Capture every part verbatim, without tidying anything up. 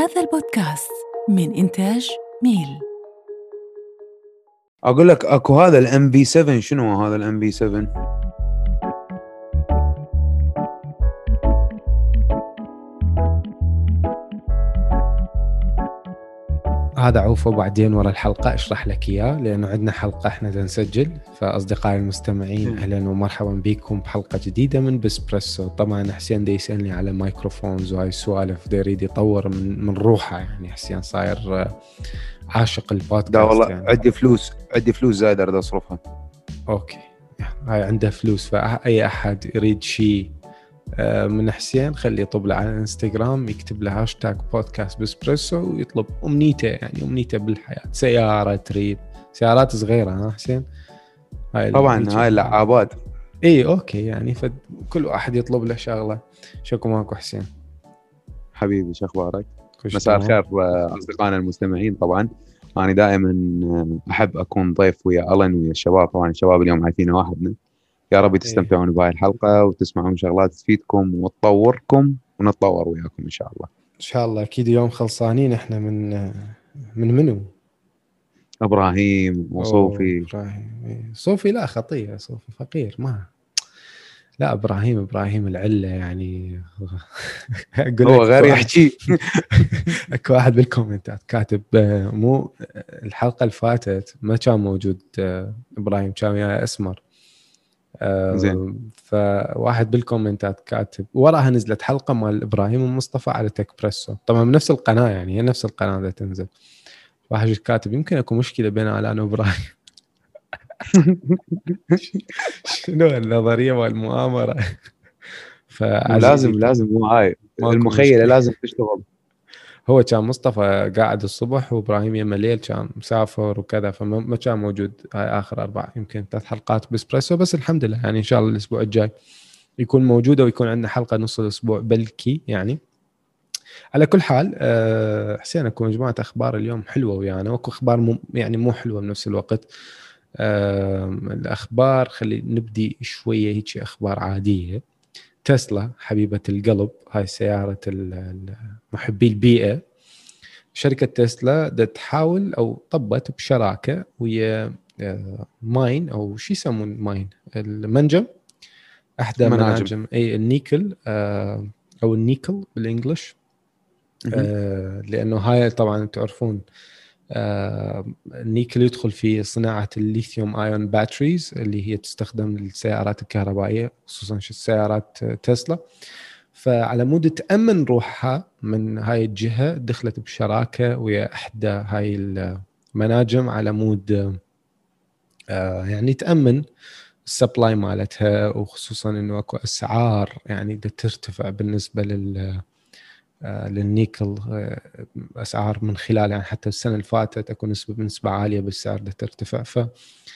هذا البودكاست من إنتاج ميل. أقول لك أكو هذا الام بي سبعة. شنو هذا الام بي سبعة؟ هذا عوفه بعدين ورا الحلقة أشرح لك إياه، لأنه عندنا حلقة إحنا نسجل. فأصدقائي المستمعين أهلا ومرحبا بكم بحلقة جديدة من بسبرسو. طبعا حسين دي يسألني على مايكروفونز وهاي السوالف، دي يريد يطور من, من روحه. يعني حسين صاير عاشق البودكاست. لا والله يعني عندي فلوس عندي فلوس زايدة أريد أصرفها. أوكي، هاي عنده فلوس، فأي أحد يريد شيء من حسين خلي يطلب له على الانستغرام، يكتب له هاشتاج بودكاست بسبرسو ويطلب أمنيته. يعني أمنيته بالحياة سيارة، تريد سيارات صغيرة ها حسين؟ هاي طبعا هاي اللعابات. اي اوكي، يعني فكل واحد يطلب له شغلة. شكو ماكو حسين؟ حبيبي شو أخبارك؟ مساء الخير أصدقائنا المستمعين. طبعا أنا دائما أحب أكون ضيف ويا ألن ويا الشباب. طبعا الشباب اليوم عايفين واحدنا. يا رب تستمتعون بهاي الحلقة وتسمعون شغلات تفيدكم وتطوركم ونتطور وياكم إن شاء الله. إن شاء الله. أكيد يوم خلصانين إحنا من من منو؟ إبراهيم وصوفي. إبراهيم صوفي لا خطية، صوفي فقير ما. لا إبراهيم إبراهيم العلة يعني. هو غير يحكي. أكو واحد بالكومنتات كاتب مو الحلقة اللي فاتت ما كان موجود إبراهيم، كان وياه أسمر. زين. فواحد بالكومنتات كاتب وراها نزلت حلقة مال إبراهيم ومصطفى على تكبرسو، طبعا من نفس القناة، يعني هي نفس القناة اللي تنزل. واحد كاتب يمكن أكو مشكلة بين أنا وإبراهيم. شنو النظرية والمؤامرة؟ لازم لازم مو هاي المخيلة لازم تشتغل. هو كان مصطفى قاعد الصبح وإبراهيم يوم الليل كان مسافر وكذا، فما كان موجود هاي آخر أربع يمكن ثلاث حلقات بسبرسو. بس الحمد لله يعني إن شاء الله الأسبوع الجاي يكون موجودة ويكون عندنا حلقة نص الأسبوع بلكي. يعني على كل حال أه حسين أكون جماعة أخبار اليوم حلوة ويانا، وأكو أخبار مو يعني مو حلوة بنفس الوقت. أه الأخبار خلي نبدي شوية هيك أخبار عادية. تسلا حبيبة القلب، هاي سيارة محبي البيئة. شركة تسلا دا تحاول أو طبت بشراكة ويا ماين أو شو يسمون ماين المنجم، أحدى مناجم, مناجم أي النيكل أو النيكل بالإنجليش. لأنه هاي طبعا تعرفون النيكل يدخل في صناعة الليثيوم آيون باتريز اللي هي تستخدم للسيارات الكهربائية، خصوصا سيارات تسلا. فعلى مود تأمن روحها من هاي الجهة دخلت بشراكة ويا إحدى هاي المناجم على مود يعني تأمن السبلاي مالتها، وخصوصا إنه أكو أسعار يعني ترتفع بالنسبة لل للنيكل. أسعار من خلال يعني حتى السنة اللي فاتت أكو نسبة نسبة عالية بالسعر ده ترتفع. ف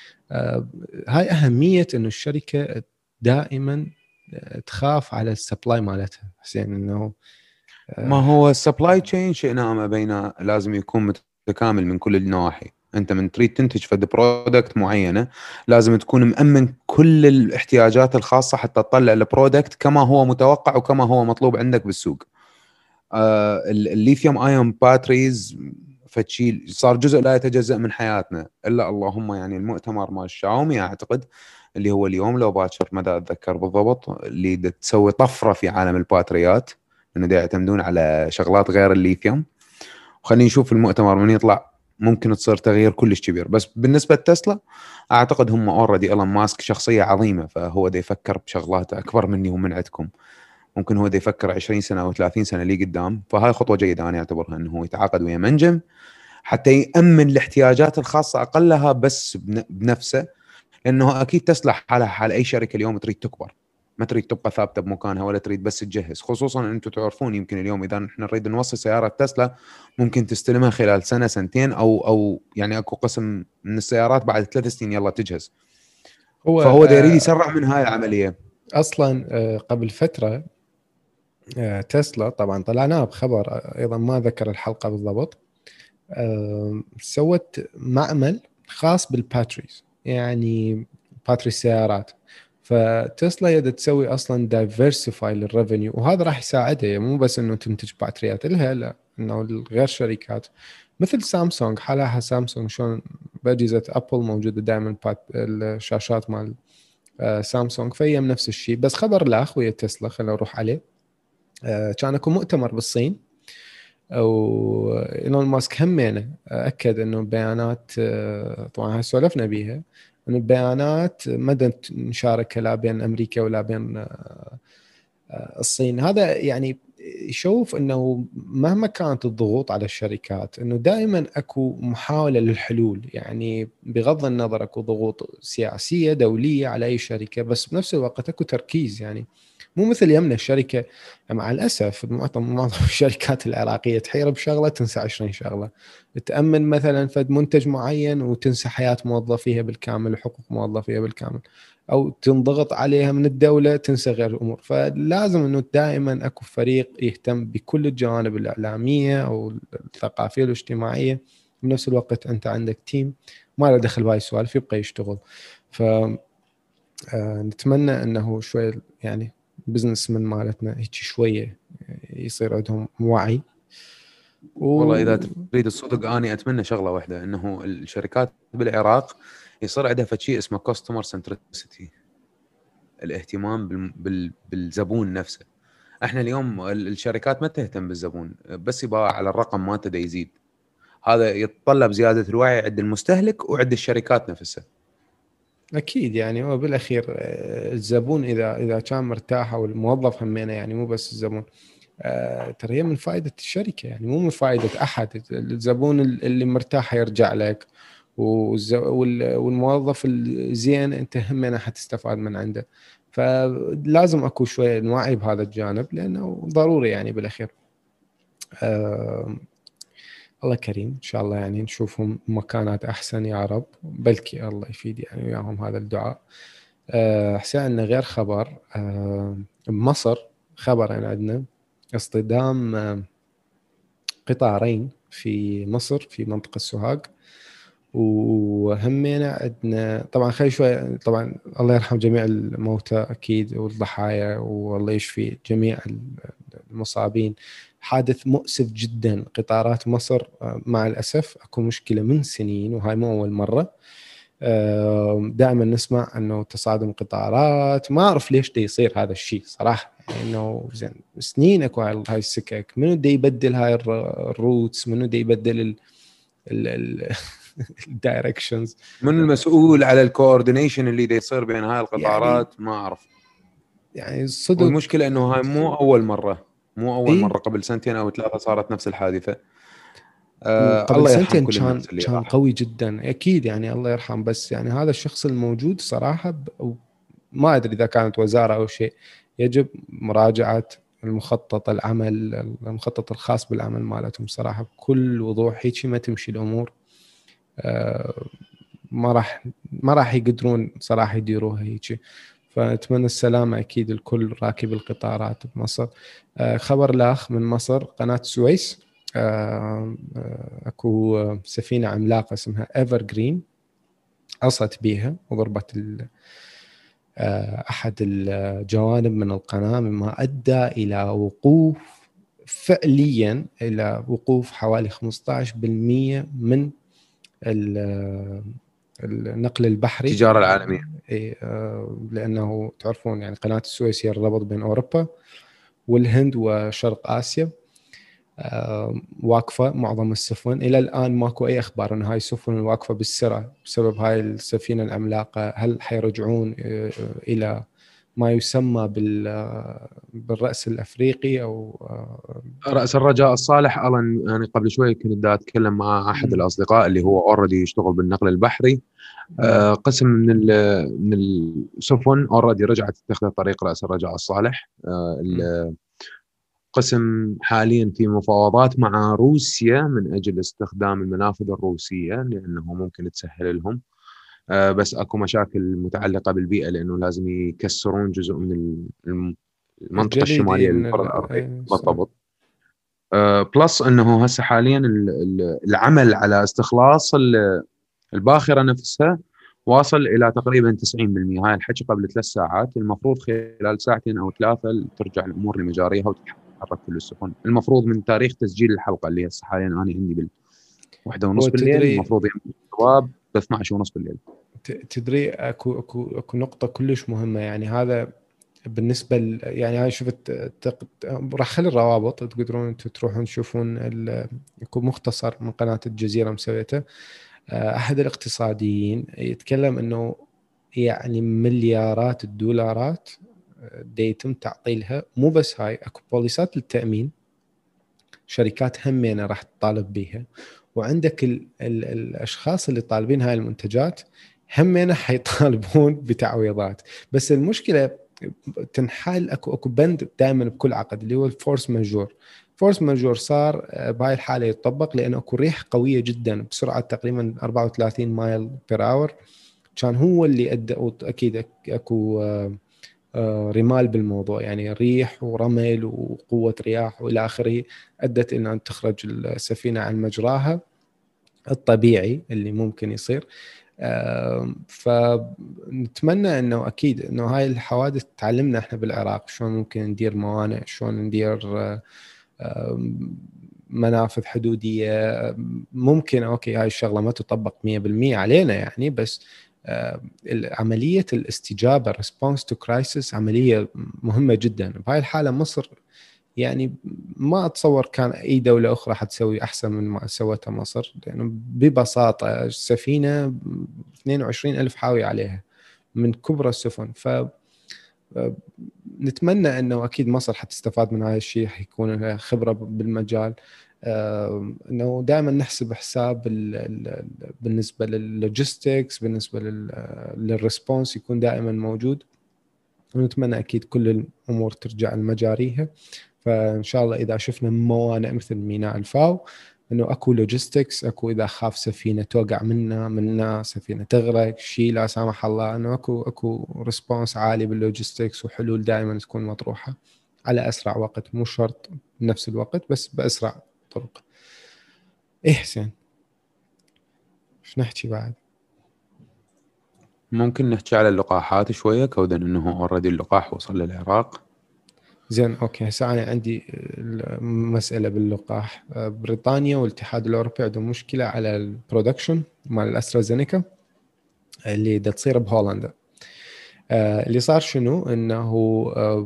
هاي أهمية إنه الشركة دائما تخاف على السبلاي مالتها حسين. إنه ما هو السبلاي تشين شئنا أم أبينا لازم يكون متكامل من كل النواحي. أنت من تريد تنتج فد برودكت معينة لازم تكون مأمن كل الاحتياجات الخاصة حتى تطلع البرودكت كما هو متوقع وكما هو مطلوب عندك بالسوق. آه الليثيوم ايون باتريز فتشيل صار جزء لا يتجزأ من حياتنا، الا اللهم يعني المؤتمر مال شاومي اعتقد اللي هو اليوم لو باكر ما اتذكر بالضبط، اللي تسوي طفره في عالم الباتريات انه يعتمدون على شغلات غير الليثيوم. وخلينا نشوف المؤتمر من يطلع ممكن تصير تغيير كلش كبير. بس بالنسبه لتسلا اعتقد هم اوريدي ايلون ماسك شخصيه عظيمه، فهو دا يفكر بشغلات اكبر مني ومن عندكم. ممكن هو دا يفكر عشرين سنة أو ثلاثين سنة لي قدام. فهاي خطوة جيدة أنا أعتبرها أنه هو يتعاقد ويا منجم حتى يأمن الاحتياجات الخاصة أقلها بس بنفسه. لأنه أكيد تسلا حالها حال أي شركة اليوم تريد تكبر، ما تريد تبقى ثابتة بمكانها ولا تريد بس تجهز. خصوصا أن أنتم تعرفون يمكن اليوم إذا نحن نريد نوصل سيارة تسلا ممكن تستلمها خلال سنة سنتين أو أو يعني أكو قسم من السيارات بعد ثلاث سنين يلا تجهز. هو فهو دا يريد يسرع من هاي العملية. أصلا قبل فترة تسلا طبعا طلعناها بخبر أيضا ما ذكر الحلقة بالضبط، سوت معمل خاص بالباتريز، يعني باتري السيارات. فتسلا يد تسوي اصلا دايفرسيفاي للريفينيو، وهذا راح يساعدها مو بس انه تنتج باتريات لها، لا انه غير شركات مثل سامسونج. حالها سامسونج شلون باجهزه ابل موجوده دائما الشاشات مال سامسونج، فهي نفس الشيء. بس خبر لاخ ويا تسلا خلينا نروح عليه. كان اكو مؤتمر بالصين، او ايلون ماسك همينه اكد انه بيانات، طبعا سولفنا بيها، انه البيانات مدى مشاركه لا بين امريكا ولا بين الصين. هذا يعني يشوف انه مهما كانت الضغوط على الشركات انه دائما اكو محاوله للحلول، يعني بغض النظر اكو ضغوط سياسيه دوليه على اي شركه، بس بنفس الوقت اكو تركيز. يعني مو مثل يمنا الشركه مع الاسف معظم معظم الشركات العراقيه تحير بشغله تنسى عشرين شغله، تامن مثلا فد منتج معين وتنسى حياه موظفيها بالكامل وحقوق موظفيها بالكامل، او تنضغط عليها من الدوله تنسى غير الامور. فلازم انه دائما اكو فريق يهتم بكل الجوانب الاعلاميه او الثقافيه والاجتماعيه، بنفس الوقت انت عندك تيم ما له دخل بهاي السوالف يبقى يشتغل. ف نتمنى انه شوي يعني بزنس من مالتنا هيك شويه يصير عندهم وعي. و... والله اذا تريد الصدق اني اتمنى شغله واحده، انه الشركات بالعراق يصير عندها فشيء اسمه كاستمر سنتريسيتي، الاهتمام بال... بال... بالزبون نفسه. احنا اليوم الشركات ما تهتم بالزبون، بس يبقى على الرقم ما تدا يزيد. هذا يتطلب زياده الوعي عند المستهلك وعند الشركات نفسها. اكيد يعني هو بالاخير الزبون اذا اذا كان مرتاح او الموظف همينه، يعني مو بس الزبون، آه ترى هي من فائده الشركه يعني مو من فائده احد. الزبون اللي مرتاح يرجع لك، والموظف الزين انت همينه حتستفاد من عنده. فلازم اكو شويه نوعي بهذا الجانب لانه ضروري يعني بالاخير. آه الله كريم ان شاء الله يعني نشوفهم مكانات احسن يا رب، بلكي الله يفيد يعني وياهم هذا الدعاء. أه حسين عندنا غير خبر. أه بمصر خبر يعني عندنا اصطدام أه قطارين في مصر في منطقة السوهاج، وهمينا عندنا طبعا خلي شوي طبعا الله يرحم جميع الموتى اكيد والضحايا، والله يشفي جميع المصابين. حادث مؤسف جدا. قطارات مصر مع الاسف اكو مشكله من سنين، وهاي مو اول مره. دائما نسمع انه تصادم قطارات، ما اعرف ليش دا يصير هذا الشيء صراحه، انه زين سنين اكو هاي السكك، منو دا يبدل هاي الروتس، منو دا يبدل ال ال الدايركشنز، من المسؤول على الكوردينيشن اللي دا يصير بين هاي القطارات؟ يعني ما اعرف يعني صدق. والمشكله انه هاي مو اول مره، مو اول إيه؟ مره، قبل سنتين او ثلاثه صارت نفس الحادثه. آه قبل الله يرحم سنتين كل كان الناس اللي كان راحت. قوي جدا اكيد يعني الله يرحم. بس يعني هذا الشخص الموجود صراحه ب... ما ادري اذا كانت وزاره او شيء، يجب مراجعه المخطط العمل المخطط الخاص بالعمل مالتهم صراحه بكل وضوح. هيك ما تمشي الامور. آه ما راح ما راح يقدرون صراحه يديروها هيك. فنتمنى السلامه اكيد الكل راكب القطارات بمصر. آه خبر لاخ من مصر، قناه السويس اكو سفينه عملاقه اسمها ايفر جرين قصت بيها وضربت احد الجوانب من القناه، مما ادى الى وقوف فعليا الى وقوف حوالي خمسة عشر بالمئة من النقل البحري التجاره العالميه. لانه تعرفون يعني قناه السويس هي الربط بين اوروبا والهند وشرق اسيا. واقفة معظم السفن إلى الآن ماكو أي أخبار أن هاي السفن واقفة بالسرعة بسبب هاي السفينة العملاقة. هل حيرجعون إلى ما يسمى بالرأس الأفريقي أو رأس الرجاء الصالح؟ ألان يعني قبل شوي كنت دا أتكلم مع أحد الأصدقاء اللي هو أوريدي يشتغل بالنقل البحري. آه قسم من من السفن أوريدي رجعت تتخذ طريق رأس الرجاء الصالح. آه قسم حاليا في مفاوضات مع روسيا من أجل استخدام المنافذ الروسية لأنه ممكن تسهل لهم. آه بس أكو مشاكل متعلقة بالبيئة لأنه لازم يكسرون جزء من المنطقة الشمالية للكرة الأرضية بالضبط. آه بلس أنه هسه حاليا العمل على استخلاص الباخرة نفسها واصل الى تقريبا تسعين بالمئة. هاي الحكي قبل ثلاث ساعات، المفروض خلال ساعتين او ثلاثه ترجع الامور لمجاريها وتتحرك كل السفن. المفروض من تاريخ تسجيل الحلقه اللي هسه حاليا انا عندي بالواحدة ونص بالليل، المفروض يمضي الجواب ب اثنعش ونص بالليل. تدري اكو اكو اكو نقطه كلش مهمه، يعني هذا بالنسبه ل... يعني هاي شفت تق... راح خلي الروابط تقدرون انتم تروحون تشوفون ال... يكون مختصر من قناه الجزيره مسويته. احد الاقتصاديين يتكلم انه يعني مليارات الدولارات دي يتم تعطيلها، مو بس هاي، اكو بوليسات للتامين شركات همينه راح تطالب بيها، وعندك ال ال الاشخاص اللي طالبين هاي المنتجات همينه حيطالبون بتعويضات. بس المشكله تنحل اكو اكو بند دائما بكل عقد اللي هو الفورس ماجور. فورس ماجور صار بهاي الحاله يتطبق لانه اكو ريح قويه جدا بسرعه تقريبا أربعة وثلاثين مايل بير اور، كان هو اللي ادى. اكيد اكو رمال بالموضوع، يعني ريح ورمل وقوه رياح والى اخره، ادت الى ان تخرج السفينه عن مجراها الطبيعي اللي ممكن يصير. فنتمنى انه اكيد انه هاي الحوادث تعلمنا احنا بالعراق شلون ممكن ندير موانئ، شلون ندير منافذ حدوديه. ممكن اوكي هاي الشغله ما تطبق مية بالمية علينا يعني، بس عمليه الاستجابه response to crisis عمليه مهمه جدا. بهاي الحاله مصر يعني ما أتصور كان أي دولة أخرى حتسوي أحسن من ما سوتها مصر، لأنه يعني ببساطة السفينة اثنين وعشرين ألف حاوي عليها من كبرى السفن. ف نتمنى أنه أكيد مصر حتستفاد من هذا الشيء، حيكون لها خبرة بالمجال. أنه دائما نحسب حساب بالنسبة لللوجيستكس، بالنسبة للريسبونس يكون دائما موجود، ونتمنى أكيد كل الأمور ترجع لمجاريها. فإن شاء الله إذا شفنا موانئ مثل ميناء الفاو إنه أكو لوجيستكس، أكو إذا خاف سفينة توقع منا منا سفينة تغرق شيء لا سامح الله، إنه أكو أكو ريسبونس عالي باللوجيستكس، وحلول دائما تكون مطروحة على أسرع وقت، مو شرط بنفس الوقت بس بأسرع طرق. إيه حسين شو نحكي بعد؟ ممكن نحكي على اللقاحات شويه، كودا انه اوريدي اللقاح وصل للعراق. زين اوكي، هسه انا عندي مساله باللقاح. بريطانيا والاتحاد الاوروبي عندهم مشكله على البرودكشن مال الاسترازينيكا اللي دا تصير بهولندا. اللي صار شنو انه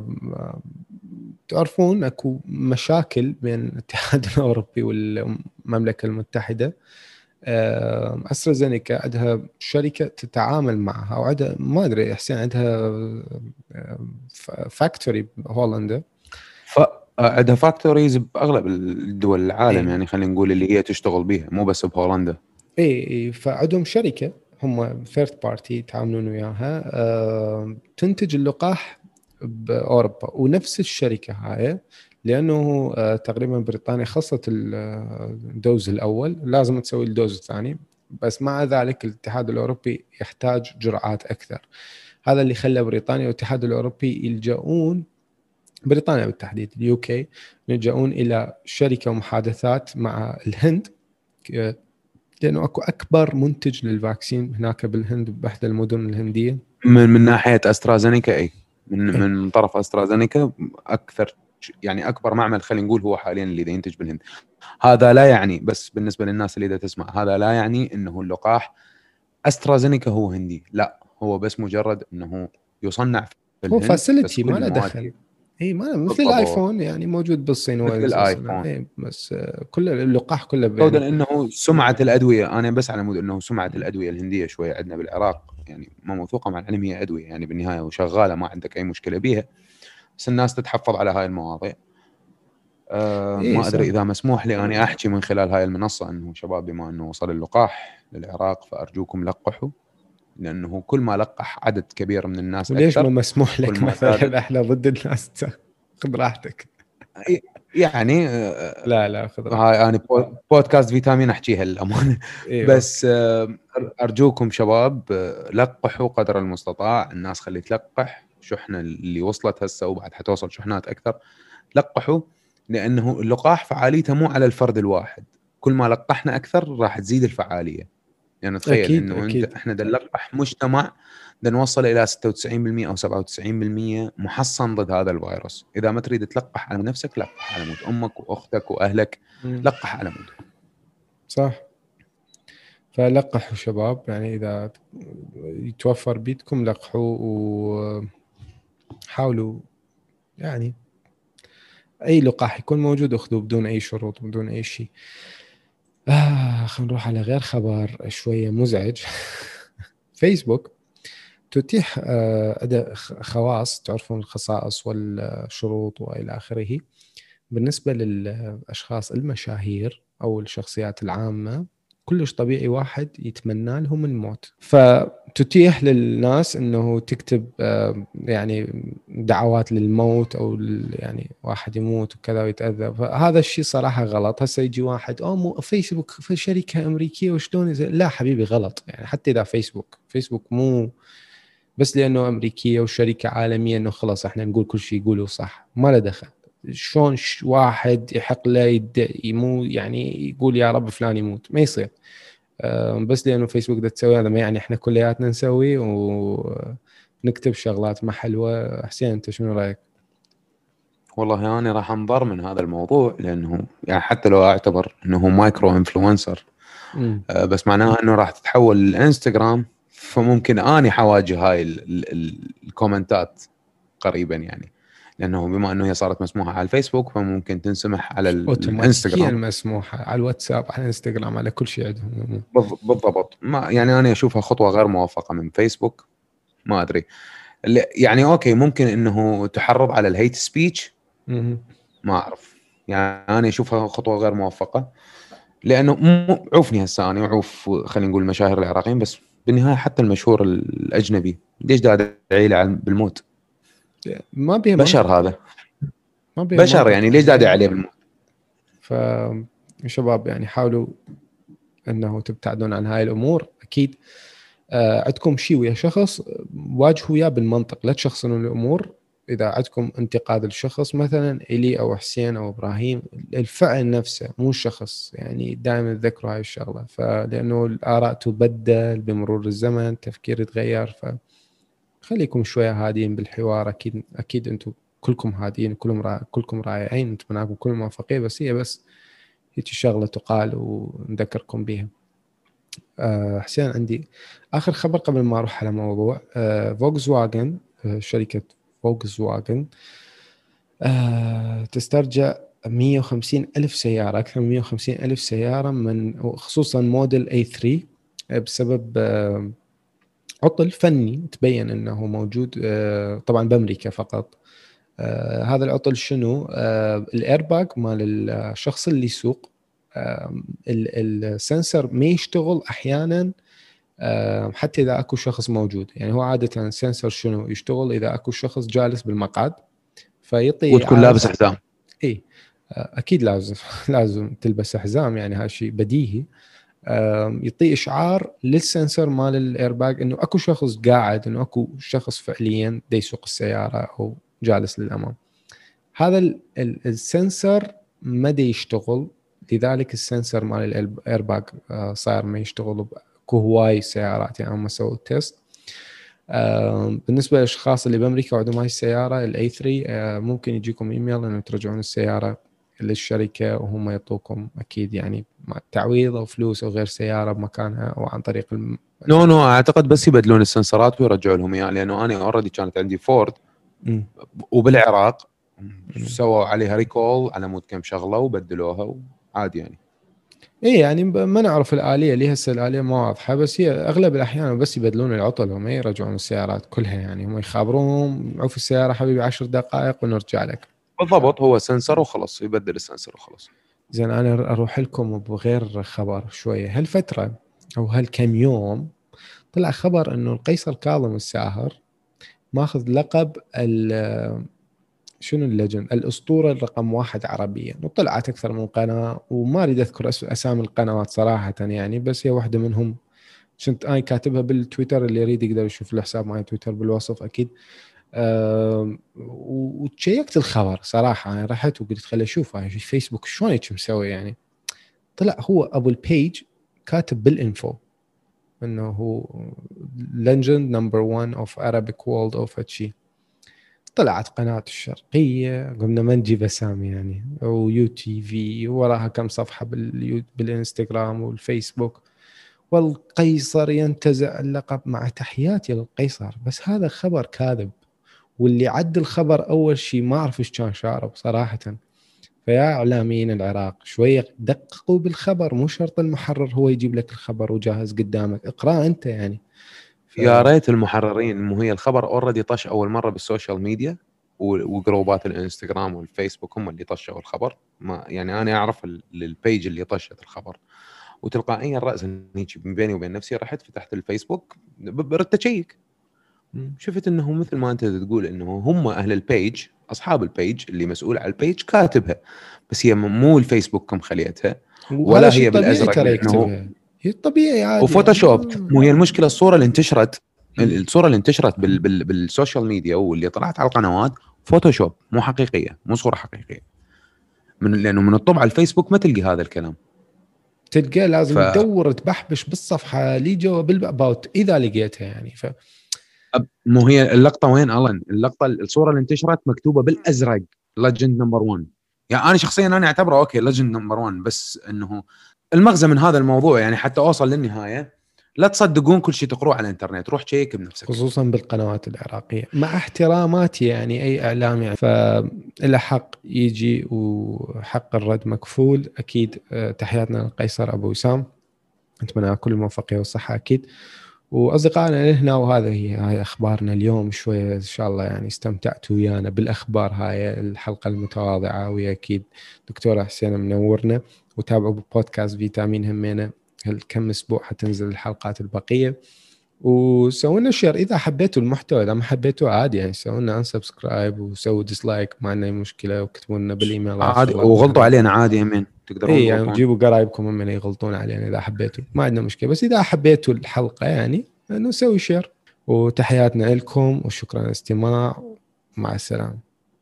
تعرفون اكو مشاكل بين الاتحاد الاوروبي والمملكه المتحده. أسترازينيكا عندها شركة تتعامل معها، وعندها ما أدري حسين عندها فاكتوري بهولندا. عندها فاكتوريز بأغلب الدول العالم، إيه. يعني خلينا نقول اللي هي تشتغل بيها مو بس بهولندا. إيه إيه، فعندهم شركة هم ثيرد بارتي يتعاملون وياها أه تنتج اللقاح بأوروبا، ونفس الشركة هاي لأنه أه تقريبا بريطانيا خصت الدوز الأول لازم تسوي الدوز الثاني، بس مع ذلك الاتحاد الأوروبي يحتاج جرعات أكثر. هذا اللي خلى بريطانيا والاتحاد الأوروبي يلجؤون، بريطانيا بالتحديد اليوكي، يلجؤون إلى شركة ومحادثات مع الهند، لأنه أكو أكبر منتج للفاكسين هناك بالهند بإحدى المدن الهندية. من من ناحية أسترازينيكا أي من إيه؟ من طرف أسترازينيكا أكثر، يعني أكبر معمل خلينا نقول هو حاليا اللي ينتج بالهند. هذا لا يعني، بس بالنسبة للناس اللي دا تسمع، هذا لا يعني إنه اللقاح أسترازينيكا هو هندي، لا، هو بس مجرد إنه يصنع في الهند، هو فاسيلتي ما له دخل. اي ما مثل الايفون يعني موجود بالصين مثل الايفون. اي بس كل اللقاح كله كودا انه سمعه الادويه، انا بس على مود انه سمعه الادويه الهنديه شويه عندنا بالعراق يعني ما موثوقه، مع العلم هي ادويه يعني بالنهايه وشغاله ما عندك اي مشكله بيها، بس الناس تتحفظ على هاي المواضيع. أه إيه ما ادري صح. اذا مسموح لي اني احكي من خلال هاي المنصه انه شباب بما انه وصل اللقاح للعراق فارجوكم لقحوا، لانه كل ما لقح عدد كبير من الناس وليش اكثر ما مسموح لك مثلا احنا ضد الناس؟ خذ راحتك يعني. لا لا خذ راحتك، هاي انا بودكاست فيتامين احكيها للامانه. إيه بس ارجوكم شباب لقحوا قدر المستطاع، الناس خلي تلقح، شحنه اللي وصلت هسه وبعد حتوصل شحنات اكثر، لقحوا، لانه اللقاح فعاليته مو على الفرد الواحد، كل ما لقحنا اكثر راح تزيد الفعاليه. يعني تخيل أكيد انه أكيد. انت احنا نلقح مجتمع نوصل الى ستة وتسعين بالمئة او سبعة وتسعين بالمئة محصن ضد هذا الفيروس. اذا ما تريد تلقح على نفسك لقح على مود امك واختك واهلك، مم. لقح على مود. صح. فلقحوا شباب، يعني اذا يتوفر بيدكم لقحوا، وحاولوا يعني اي لقاح يكون موجود اخذوه بدون اي شروط بدون اي شيء. آه خلينا نروح على غير خبر شويه مزعج. فيسبوك تتيح آه أداة خواص، تعرفون الخصائص والشروط والى اخره، بالنسبه للاشخاص المشاهير او الشخصيات العامه. كلش طبيعي واحد يتمنى لهم الموت، فتتيح للناس انه تكتب آه، يعني دعوات للموت، او يعني واحد يموت وكذا ويتاذى. فهذا الشيء صراحه غلط. هسه يجي واحد او مو فيسبوك في شركه امريكيه وشلون، لا حبيبي غلط. يعني حتى اذا فيسبوك فيسبوك مو بس لانه امريكيه وشركه عالميه انه خلاص احنا نقول كل شيء يقولوا صح، ما له دخل. شلون واحد يحق له يموت، يعني يقول يا رب فلان يموت؟ ما يصير. بس لانه فيسبوك ده تسوي هذا ما يعني احنا كلياتنا نسوي ونكتب شغلات ما حلوه. حسين انت شنو رايك؟ والله انا يعني راح انضر من هذا الموضوع، لانه يعني حتى لو اعتبر انه مايكرو انفلونسر، آه بس معناها انه راح تتحول للانستغرام، فممكن اني حواجه هاي ال ال ال الكومنتات قريبا، يعني لانه بما انه هي صارت مسموحه على الفيسبوك فممكن تنسمح على اوتوماتيكيا الانستغرام، مسموحه على الواتساب على الانستغرام على كل شيء عندهم. بالضبط. ما يعني انا اشوفها خطوه غير موفقه من فيسبوك. ما ادري يعني، اوكي ممكن انه تحرض على الهيت سبيتش، ما اعرف. يعني انا اشوفها خطوه غير موفقه، لانه مو عوفني هسه انا وعوف خلينا نقول المشاهير العراقيين، بس بالنهايه حتى المشهور الاجنبي ليش دا ادعي له بالموت؟ ما بيه بشر، هذا ما بيه بشر يعني ليش دا ادعي عليه بالموت؟ فشباب يعني حاولوا انه تبتعدون عن هاي الامور. اكيد آه عندكم شيء ويا شخص واجهوا وياه بالمنطق، لا تشخصنوا الامور. اذا عندكم انتقاد للشخص مثلا الي او حسين او ابراهيم، الفعل نفسه مو الشخص. يعني دائما تذكروا هاي الشغله، فلانه الاراء تبدل بمرور الزمن، التفكير يتغير. فخليكم شويه هادين بالحوار. اكيد اكيد انتم كلكم هادين، كلكم را... كلكم رائعين، نتمنىكم كل موفقيه. بس هي بس هيك شغله تقال ونذكركم بها. أه حسين عندي آخر خبر قبل ما أروح على موضوع أه فولكس واجن. أه شركة فولكس واجن أه تسترجع مية وخمسين ألف سيارة، أكثر من مية وخمسين ألف سيارة، من خصوصا موديل إيه ثري، بسبب أه عطل فني تبين أنه موجود أه طبعا بأمريكا فقط. أه هذا العطل شنو؟ أه الإيرباج مال الشخص اللي يسوق، السنسر ما يشتغل احيانا حتى اذا اكو شخص موجود. يعني هو عاده السنسر شنو يشتغل اذا اكو شخص جالس بالمقعد فيعطي، وتكون لابس حزام. اي اكيد لازم لازم تلبس حزام، يعني هذا شيء بديهي. يعطي اشعار للسنسر مال الايرباج انه اكو شخص قاعد، انه اكو شخص فعليا دا يسوق السياره او جالس للامام. هذا السنسر ما دا يشتغل، لذلك السنسر مال الايرباج صار ما يشتغل بهواي سيارات. يعني هم سووا تيست. بالنسبه للاشخاص اللي بامريكا وعندهم هاي السياره الاي ثري، ممكن يجيكم ايميل انه ترجعون السياره للشركه وهم يعطوكم اكيد يعني تعويض او فلوس او غير سياره بمكانها، او عن طريق الم... نو نو اعتقد بس يبدلون السنسرات ويرجعوا لهم اياها، لانه انا اوريدي كانت عندي فورد م. وبالعراق سووا عليها ريكول على مود كم شغله وبدلوها وعادي يعني. ايه يعني ما نعرف الآلية اللي هسه الآلية ما واضحة، بس هي اغلب الاحيان بس يبدلون العطل وما يرجعون السيارات كلها. يعني هم يخابرون عوف السيارة حبيبي عشر دقائق ونرجع لك. بالضبط، هو سنسر وخلص، يبدل السنسر وخلص. زين انا اروح لكم بغير خبر شوية. هالفترة او هالكم يوم طلع خبر انه القيصر كاظم الساهر ماخذ لقب ال شنو الليجند، الأسطورة الرقم واحد عربيا، وطلعت أكثر من قناة وما أريد أذكر أسامي القنوات صراحة يعني، بس هي واحدة منهم. كنت أنا كاتبها بالتويتر، اللي يريد يقدر يشوف له حساب ماي تويتر بالوصف أكيد. أه وتشيكت الخبر صراحة، أنا رحت وقلت خلي أشوف هاي فيسبوك شلون هيك مسوي. يعني طلع هو أبو البيج كاتب بالإنفو انه هو legend number one of Arabic world of شيء. طلعت قناة الشرقية، قمنا ما نجيب اسامي يعني، او يو تي في وراها كم صفحة باليو بالانستغرام والفيسبوك، والقيصر ينتزع اللقب مع تحياتي للقيصر. بس هذا خبر كاذب، واللي عد الخبر اول شيء ما اعرف ايش كان شارب صراحة. فيا اعلاميين العراق شوية دققوا بالخبر، مو شرط المحرر هو يجيب لك الخبر وجاهز قدامك، اقرأ انت يعني. ف... يا ريت المحررين، مو هي الخبر اوريدي طش اول مرة بالسوشيال ميديا وجروبات الانستغرام والفيسبوك هم اللي طشوا الخبر. ما يعني انا اعرف البيج اللي طشت الخبر، وتلقائيا رأسا هيك بيني وبين نفسي رحت فتحت الفيسبوك بدت اشيك، شفت انه مثل ما انت تقول انه هم اهل البيج، اصحاب البيج اللي مسؤول على البيج كاتبها، بس هي مو الفيسبوك كم خليتها ولا هي بالازرق لانه هي طبيعي عادي وفوتوشوب يعني. مو هي المشكله الصوره اللي انتشرت، الصوره اللي انتشرت بال بال بالسوشيال ميديا واللي طلعت على القنوات فوتوشوب، مو حقيقيه، مو صوره حقيقيه، من لانه من الطبع الفيسبوك ما تلقي هذا الكلام، تلقى لازم ف... تدور تبحبش بالصفحه لي جوا بالاباوت اذا لقيتها يعني. ف مو هي اللقطه وين ألان؟ اللقطه الصوره اللي انتشرت مكتوبه بالازرق ليجند نمبر واحد. يعني انا شخصيا انا اعتبره اوكي ليجند نمبر واحد، بس انه المغزى من هذا الموضوع يعني حتى اوصل للنهايه، لا تصدقون كل شيء تقروه على الانترنت، روح تشيك بنفسك، خصوصا بالقنوات العراقيه مع احتراماتي يعني اي اعلام يعني فإله حق يجي وحق الرد مكفول اكيد. تحياتنا للقيصر ابو وسام، نتمنى كل الموفقيه والصحه اكيد. واصدقائنا هنا، وهذا هي هاي اخبارنا اليوم. شويه ان شاء الله يعني استمتعتوا ويانا بالاخبار هاي الحلقه المتواضعه، ويا اكيد دكتوره حسين منورنا. وتابعوا بودكاست فيتامين همينه، كم اسبوع حتنزل الحلقات البقيه. وسووا لنا شير اذا حبيتوا المحتوى، اذا ما حبيتوا عادي يعني سووا لنا ان سبسكرايب وسووا ديسلايك، ما عندنا مشكله، وكتبوا لنا بالايميل عادي، وغلطوا علينا عادي يمين تقدرون اي يعني جيبوا قرايبكم من يغلطون علينا اذا حبيتوا، ما عندنا مشكله. بس اذا حبيتوا الحلقه يعني نسوي شير. وتحياتنا لكم وشكرا للاستماع، مع السلامه.